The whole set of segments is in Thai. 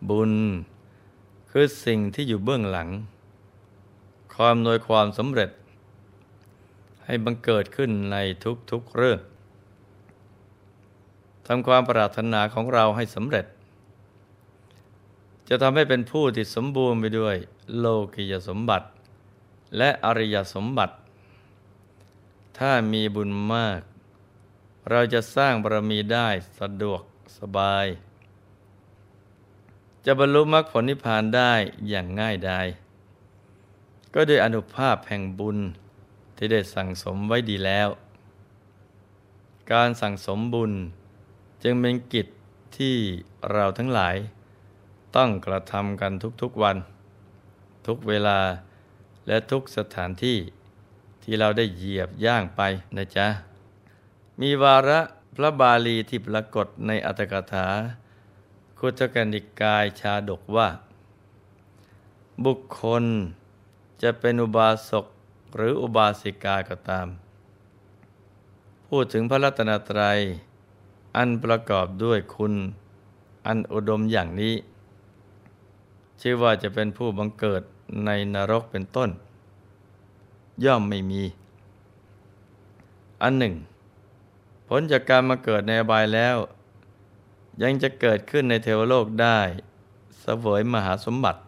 บุญคือสิ่งที่อยู่เบื้องหลังความอำนวยความสำเร็จให้บังเกิดขึ้นในทุกๆเรื่องทำความปรารถนาของเราให้สำเร็จจะทำให้เป็นผู้ที่สมบูรณ์ไปด้วยโลกิยสมบัติและอริยสมบัติถ้ามีบุญมากเราจะสร้างบารมีได้สะดวกสบายจะบรรลุมรรคผลนิพพานได้อย่างง่ายดายก็โดยอานุภาพแห่งบุญที่ได้สั่งสมไว้ดีแล้วการสั่งสมบุญจึงเป็นกิจที่เราทั้งหลายต้องกระทำกันทุกๆวันทุกเวลาและทุกสถานที่ที่เราได้เหยียบย่างไปนะจ๊ะมีวาระพระบาลีที่ปรากฏในอัตถกถาคุตกนิกายชาดกว่าบุคคลจะเป็นอุบาสกหรืออุบาสิกาก็ตามพูดถึงพระรัตนตรัยอันประกอบด้วยคุณอันอุดมอย่างนี้ชื่อว่าจะเป็นผู้บังเกิดในนรกเป็นต้นย่อมไม่มีอันหนึ่งผลจากการมาเกิดในอบายแล้วยังจะเกิดขึ้นในเทวโลกได้เสวยมหาสมบัติ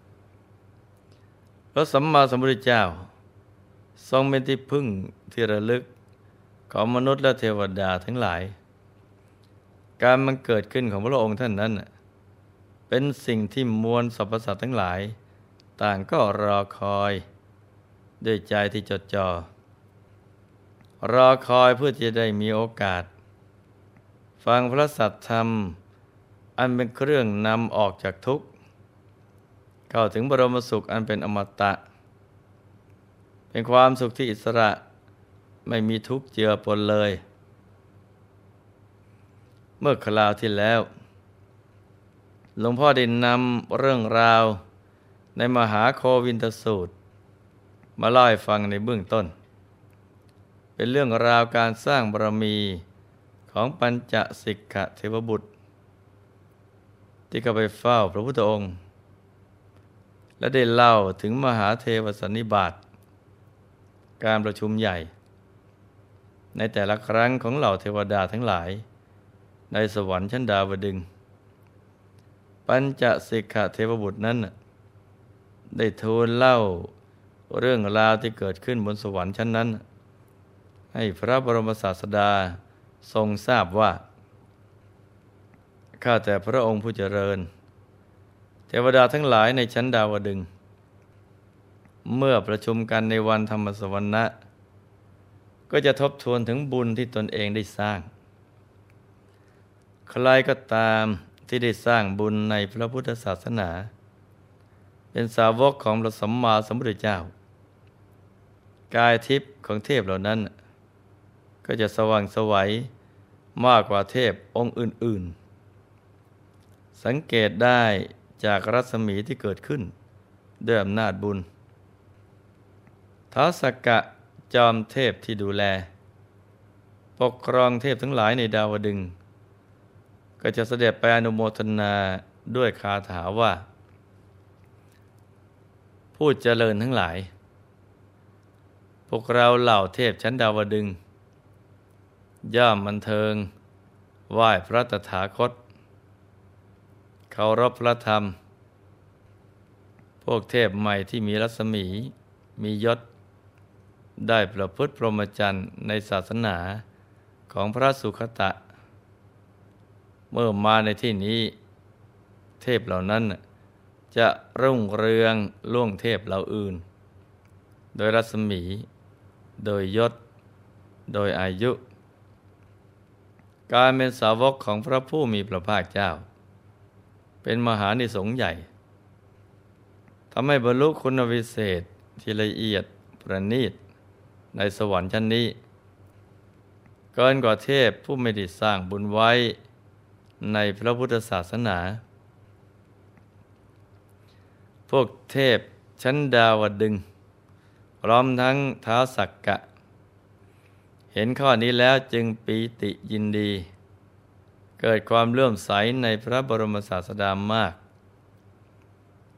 พระสัมมาสัมพุทธเจ้าทรงเป็นที่พึ่งที่ระลึกของมนุษย์และเทวดาทั้งหลายการมันเกิดขึ้นของพระองค์ท่านนั้นเป็นสิ่งที่มวลสรรพสัตว์ทั้งหลายต่างก็รอคอยด้วยใจที่จดจ่อรอคอยเพื่อจะได้มีโอกาสฟังพระสัทธรรมอันเป็นเครื่องนำออกจากทุกข์เข้าถึงบรมสุขอันเป็นอมตะเป็นความสุขที่อิสระไม่มีทุกข์เจือปนเลยเมื่อคราวที่แล้วหลวงพ่อได้นำเรื่องราวในมหาโควินทสูตรมาเล่าให้ฟังในเบื้องต้นเป็นเรื่องราวการสร้างบารมีของปัญจสิกขเทวบุตรที่เข้าไปเฝ้าพระพุทธองค์และได้เล่าถึงมหาเทวสันนิบาตการประชุมใหญ่ในแต่ละครั้งของเหล่าเทวดาทั้งหลายในสวรรค์ชั้นดาวดึงส์ปัญจสิกขเทวบุตรนั้นได้ทูลเล่าเรื่องราวที่เกิดขึ้นบนสวรรค์ชั้นนั้นให้พระบรมศาสดาทรงทราบว่าข้าแต่พระองค์ผู้เจริญเทวดาทั้งหลายในชั้นดาวดึงส์เมื่อประชุมกันในวันธรรมสวรรณะก็จะทบทวนถึงบุญที่ตนเองได้สร้างใครก็ตามที่ได้สร้างบุญในพระพุทธศาสนาเป็นสาวกของพระสัมมาสัมพุทธเจ้ากายทิพย์ของเทพเหล่านั้นก็จะสว่างไสวมากกว่าเทพองค์อื่นๆสังเกตได้จากรัศมีที่เกิดขึ้นด้วยอำนาจบุญท้าวสักกะจอมเทพที่ดูแลปกครองเทพทั้งหลายในดาวดึงส์ก็จะเสด็จไปอนุโมทนาด้วยคาถาว่าผู้เจริญทั้งหลายพวกเราเหล่าเทพชั้นดาวดึงส์ย่อมบันเทิงไหว้พระตถาคตเคารพพระธรรมพวกเทพใหม่ที่มีรัศมีมียศได้ประพฤติพรหมจรรย์ในศาสนาของพระสุคตะเมื่อมาในที่นี้เทพเหล่านั้นจะรุ่งเรืองล่วงเทพเหล่าอื่นโดยรัศมีโดยยศโดยอายุการเป็นสาวกของพระผู้มีพระภาคเจ้าเป็นมหานิสงส์ใหญ่ทำให้บรรลุคุณวิเศษที่ละเอียดประณีตในสวรรค์ชั้นนี้เกินกว่าเทพผู้ไม่ได้สร้างบุญไว้ในพระพุทธศาสนาพวกเทพชั้นดาวดึงส์พร้อมทั้งท้าวสักกะเห็นข้อนี้แล้วจึงปีติยินดีเกิดความเลื่อมใสในพระบรมศาสดามาก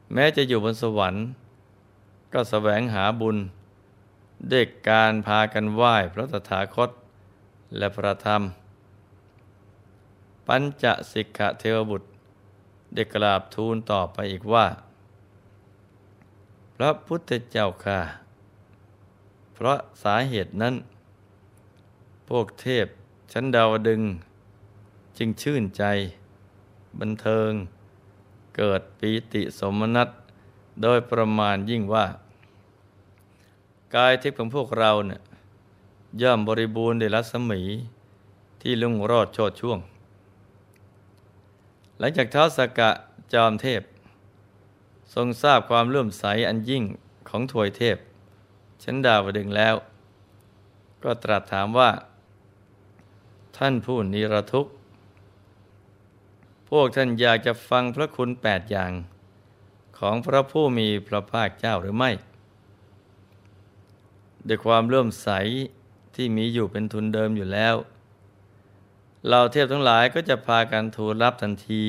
แม้จะอยู่บนสวรรค์ก็แสวงหาบุญด้วยการพากันไหว้พระตถาคตและพระธรรมปัญจสิกขเทวบุตรได้กราบทูลต่อไปอีกว่าพระพุทธเจ้าค่ะ เพราะสาเหตุนั้นพวกเทพชั้นดาวดึงส์จึงชื่นใจบันเทิงเกิดปีติสมนัสโดยประมาณยิ่งว่ากายทิพย์ของพวกเราเนี่ยย่อมบริบูรณ์ด้วยรัศมีที่รุ่งโรจน์โชติช่วงหลังจากท้าวสักกะจอมเทพทรงทราบความเลื่อมใสอันยิ่งของทวยเทพชั้นดาวดึงส์แล้วก็ตรัสถามว่าท่านผู้นิรทุกข์พวกท่านอยากจะฟังพระคุณ8อย่างของพระผู้มีพระภาคเจ้าหรือไม่ด้วยความเลื่อมใสที่มีอยู่เป็นทุนเดิมอยู่แล้วเหล่าเทพทั้งหลายก็จะพากันทูลรับทันที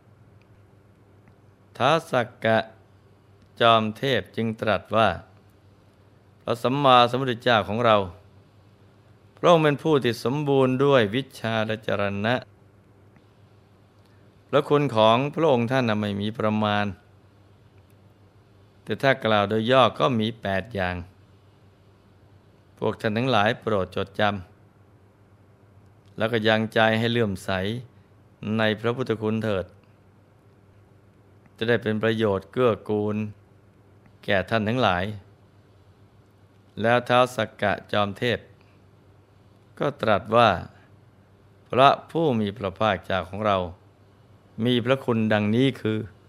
ท้าวสักกะจอมเทพจึงตรัสว่าพระสัมมาสัมพุทธเจ้าของเราพระองค์เป็นผู้ที่สมบูรณ์ด้วยวิชชาและจรณะพระคุณของพระองค์ท่านไม่มีประมาณแต่ถ้ากล่าวโดยย่อก็มี8อย่างพวกท่านทั้งหลายโปรดจดจำแล้วก็ยังใจให้เลื่อมใสในพระพุทธคุณเถิดจะได้เป็นประโยชน์เกื้อกูลแก่ท่านทั้งหลายแล้วท้าวสักกะจอมเทพก็ตรัสว่าพระผู้มีพระภาคเจ้าของเรามีพระคุณดังนี้คือ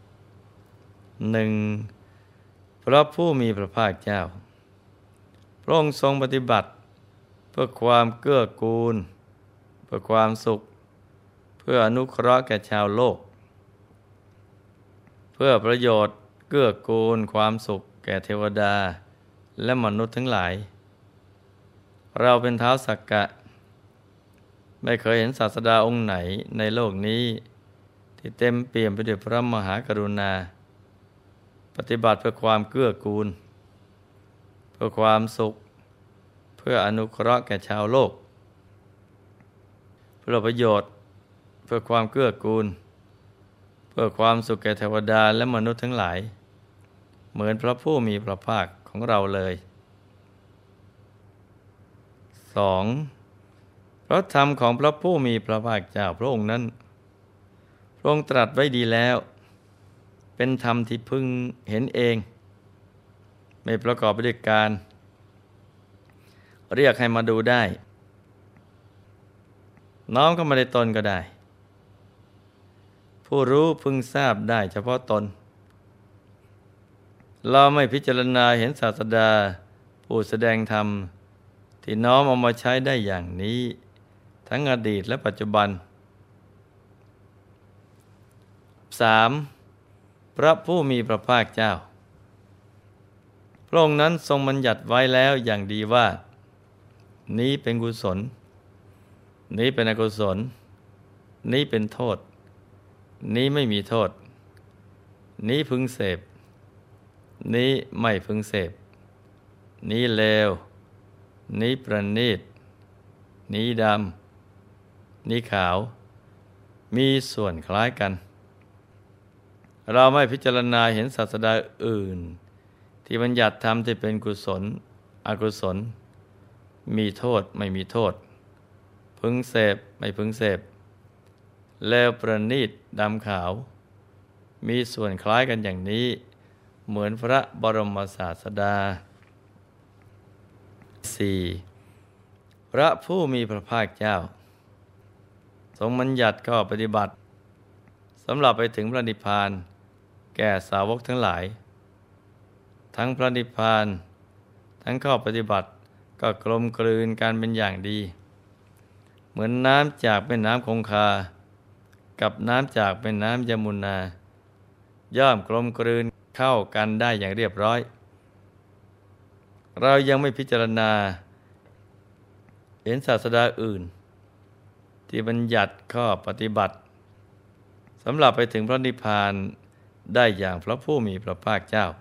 1. พระผู้มีพระภาคเจ้าพระองค์ทรงปฏิบัติเพื่อความเกื้อกูลเพื่อความสุขเพื่ออนุเคราะห์แก่ชาวโลกเพื่อประโยชน์เกื้อกูลความสุขแก่เทวดาและมนุษย์ทั้งหลายเราเป็นท้าวสักกะไม่เคยเห็นศาสดาองค์ไหนในโลกนี้ที่เต็มเปี่ยมไปด้วยพระมหากรุณาปฏิบัติเพื่อความเกื้อกูลเพื่อความสุขเพื่ออนุเคราะห์แก่ชาวโลกเพื่อประโยชน์เพื่อความเกื้อกูลเพื่อความสุขแก่เทวดาและมนุษย์ทั้งหลายเหมือนพระผู้มีพระภาคของเราเลย 2. พระธรรมของพระผู้มีพระภาคเจ้าพระองค์นั้นพระองค์ตรัสไว้ดีแล้วเป็นธรรมที่พึงเห็นเองไม่ประกอบไปด้วยการเรียกให้มาดูได้น้อมเข้ามาในตนก็ได้ผู้รู้พึงทราบได้เฉพาะตนเราไม่พิจารณาเห็นศาสดาผู้แสดงธรรมที่น้อมเอามาใช้ได้อย่างนี้ทั้งอดีตและปัจจุบัน 3. พระผู้มีพระภาคเจ้าพระองค์นั้นทรงบัญญัติไว้แล้วอย่างดีว่านี้เป็นกุศลนี้เป็นอกุศลนี้เป็นโทษนี้ไม่มีโทษนี้พึงเสพนี้ไม่พึงเสพนี้เลวนี้ประณีตนี้ดำนี้ขาวมีส่วนคล้ายกันเราไม่พิจารณาเห็นศาสดาอื่นที่บัญญัติธรรมที่เป็นกุศลอกุศลมีโทษไม่มีโทษพึงเสพไม่พึงเสพเลวประณีตดำขาวมีส่วนคล้ายกันอย่างนี้เหมือนพระบรมศาสดา 4. พระผู้มีพระภาคเจ้าทรงบัญญัติข้อปฏิบัติสำหรับไปถึงพระนิพพานแก่สาวกทั้งหลายทั้งพระนิพพานทั้งข้อปฏิบัติก็กลมกลืนกันเป็นอย่างดีเหมือนน้ำจากแม่น้ำคงคากับน้ำจากแม่น้ำยมุนาย่อมกลมกลืนเข้ากันได้อย่างเรียบร้อยเรายังไม่พิจารณาเห็นศาสดาอื่นที่บัญญัติข้อปฏิบัติสำหรับไปถึงพระนิพพานได้อย่างพระผู้มีพระภาคเจ้า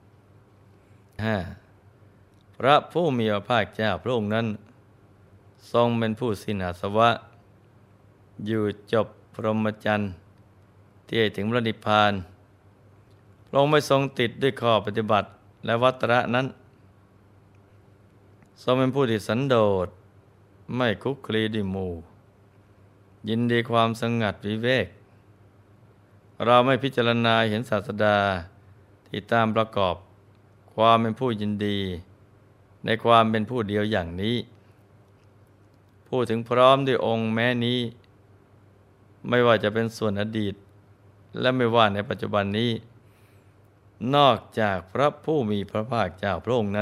5. พระผู้มีพระภาคเจ้าพระองค์นั้นทรงเป็นผู้สิ้นอาสวะอยู่จบพรหมจรรย์ที่ให้ถึงพระนิพพานพระองค์ไม่ทรงติดด้วยข้อปฏิบัติและวัตระนั้นทรงเป็นผู้ที่สันโดษไม่คลุกคลีด้วยหมู่ยินดีความสงัดวิเวกเราไม่พิจารณาเห็นศาสดาที่ตามประกอบความเป็นผู้ยินดีในความเป็นผู้เดียวอย่างนี้พูดถึงพร้อมด้วยองค์แม้นี้ไม่ว่าจะเป็นส่วนอดีตและไม่ว่าในปัจจุบันนี้นอกจากพระผู้มีพระภาคเจ้าพระองค์นั้น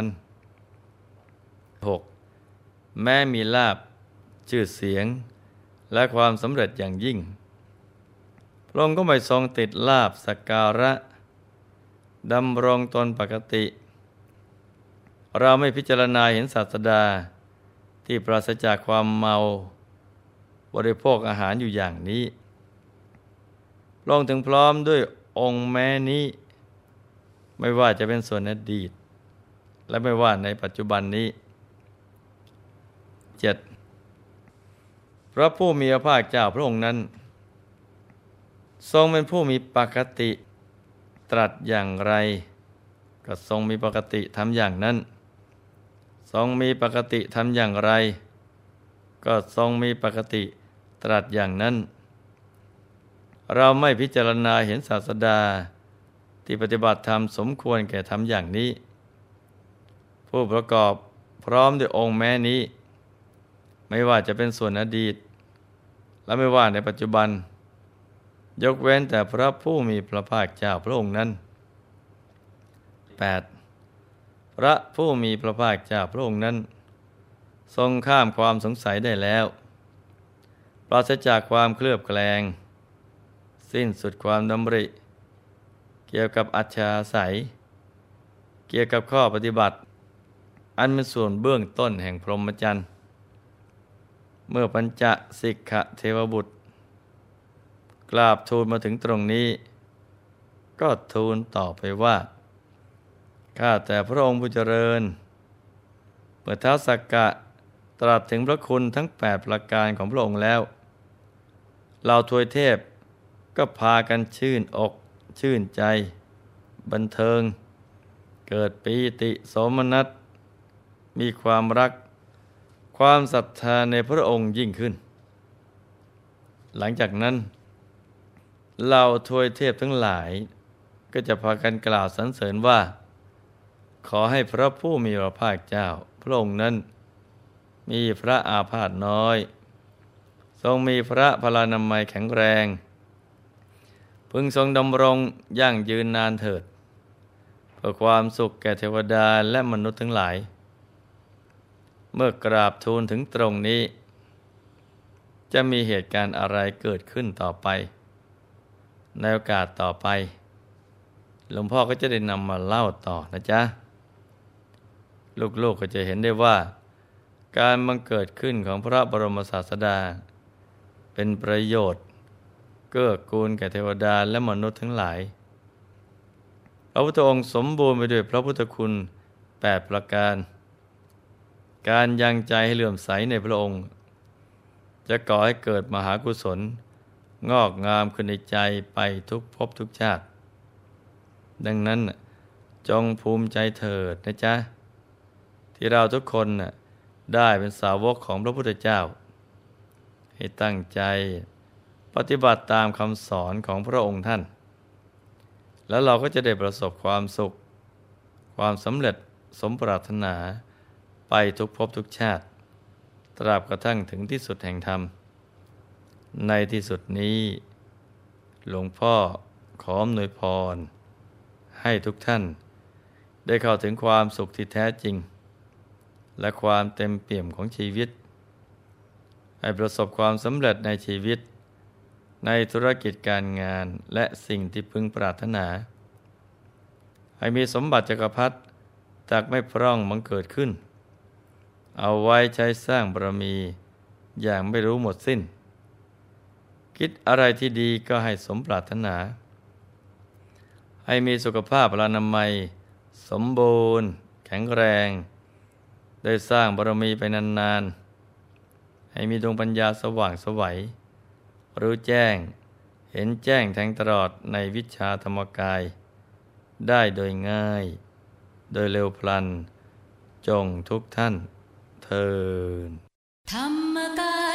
6. แม้มีลาภชื่อเสียงและความสำเร็จอย่างยิ่งพระองค์ก็ไม่ทรงติดลาภสักการะดำรงตนปกติเราไม่พิจารณาเห็นศาสดาที่ปราศจากความเมาบริโภคอาหารอยู่อย่างนี้พระองค์ถึงพร้อมด้วยองค์แม้นี้ไม่ว่าจะเป็นส่วนอดีตและไม่ว่าในปัจจุบันนี้ 7. พระผู้มีพระภาคเจ้าพระองค์นั้นทรงเป็นผู้มีปกติตรัสอย่างไรก็ทรงมีปกติทำอย่างนั้นทรงมีปกติทำอย่างไรก็ทรงมีปกติตรัสอย่างนั้นเราไม่พิจารณาเห็นศาสดาที่ปฏิบัติธรรมสมควรแก่ธรรมอย่างนี้ผู้ประกอบพร้อมด้วยองค์แม้นี้ไม่ว่าจะเป็นส่วนอดีตและไม่ว่าในปัจจุบันยกเว้นแต่พระผู้มีพระภาคเจ้าพระองค์นั้น 8. พระผู้มีพระภาคเจ้าพระองค์นั้นทรงข้ามความสงสัยได้แล้วปราศจากความเคลือบแคลงสิ้นสุดความดำริเกี่ยวกับอัจฉริยะเกี่ยวกับข้อปฏิบัติอันเป็นส่วนเบื้องต้นแห่งพรหมจรรย์เมื่อปัญจสิกขเทวบุตรกราบทูลมาถึงตรงนี้ก็ทูลต่อไปว่าข้าแต่พระองค์ผู้เจริญเมื่อท้าวสักกะตรัสถึงพระคุณทั้ง8ประการของพระองค์แล้วเราทวยเทพก็พากันชื่นอกชื่นใจบันเทิงเกิดปีติโสมนัสมีความรักความศรัทธาในพระองค์ยิ่งขึ้นหลังจากนั้นเราทวยเทพทั้งหลายก็จะพากันกล่าวสรรเสริญว่าขอให้พระผู้มีพระภาคเจ้าพระองค์นั้นมีพระอาพาธน้อยทรงมีพระพลานามัยแข็งแรงพึงทรงดำรงยั่งยืนนานเถิดเพื่อความสุขแก่เทวดาและมนุษย์ทั้งหลายเมื่อกราบทูลถึงตรงนี้จะมีเหตุการณ์อะไรเกิดขึ้นต่อไปในโอกาสต่อไปหลวงพ่อก็จะได้นำมาเล่าต่อนะจ๊ะลูกๆก็จะเห็นได้ว่าการบังเกิดขึ้นของพระบรมศาสดาเป็นประโยชน์เกื้อกูลแก่เทวดาและมนุษย์ทั้งหลายพระพุทธองค์สมบูรณ์ไปด้วยพระพุทธคุณ8ประการการยังใจให้เลื่อมใสในพระองค์จะก่อให้เกิดมหากุศลงอกงามขึ้นในใจไปทุกภพทุกชาติดังนั้นจงภูมิใจเถิดนะจ๊ะที่เราทุกคนได้เป็นสาวกของพระพุทธเจ้าให้ตั้งใจปฏิบัติตามคำสอนของพระองค์ท่านแล้วเราก็จะได้ประสบความสุขความสำเร็จสมปรารถนาไปทุกภพทุกชาติตราบกระทั่งถึงที่สุดแห่งธรรมในที่สุดนี้หลวงพ่อขออำนวยพรให้ทุกท่านได้เข้าถึงความสุขที่แท้จริงและความเต็มเปี่ยมของชีวิตให้ประสบความสำเร็จในชีวิตในธุรกิจการงานและสิ่งที่พึงปรารถนาให้มีสมบัติจักรพรรดิจากไม่พร่องบังเกิดขึ้นเอาไว้ใช้สร้างบารมีอย่างไม่รู้หมดสิ้นคิดอะไรที่ดีก็ให้สมปรารถนาให้มีสุขภาพพลานามัยสมบูรณ์แข็งแรงได้สร้างบารมีไปนานๆให้มีดวงปัญญาสว่างไสวรู้แจ้งเห็นแจ้งแทงตลอดในวิชาธรรมกายได้โดยง่ายโดยเร็วพลันจงทุกท่านเทอญธรรมกาย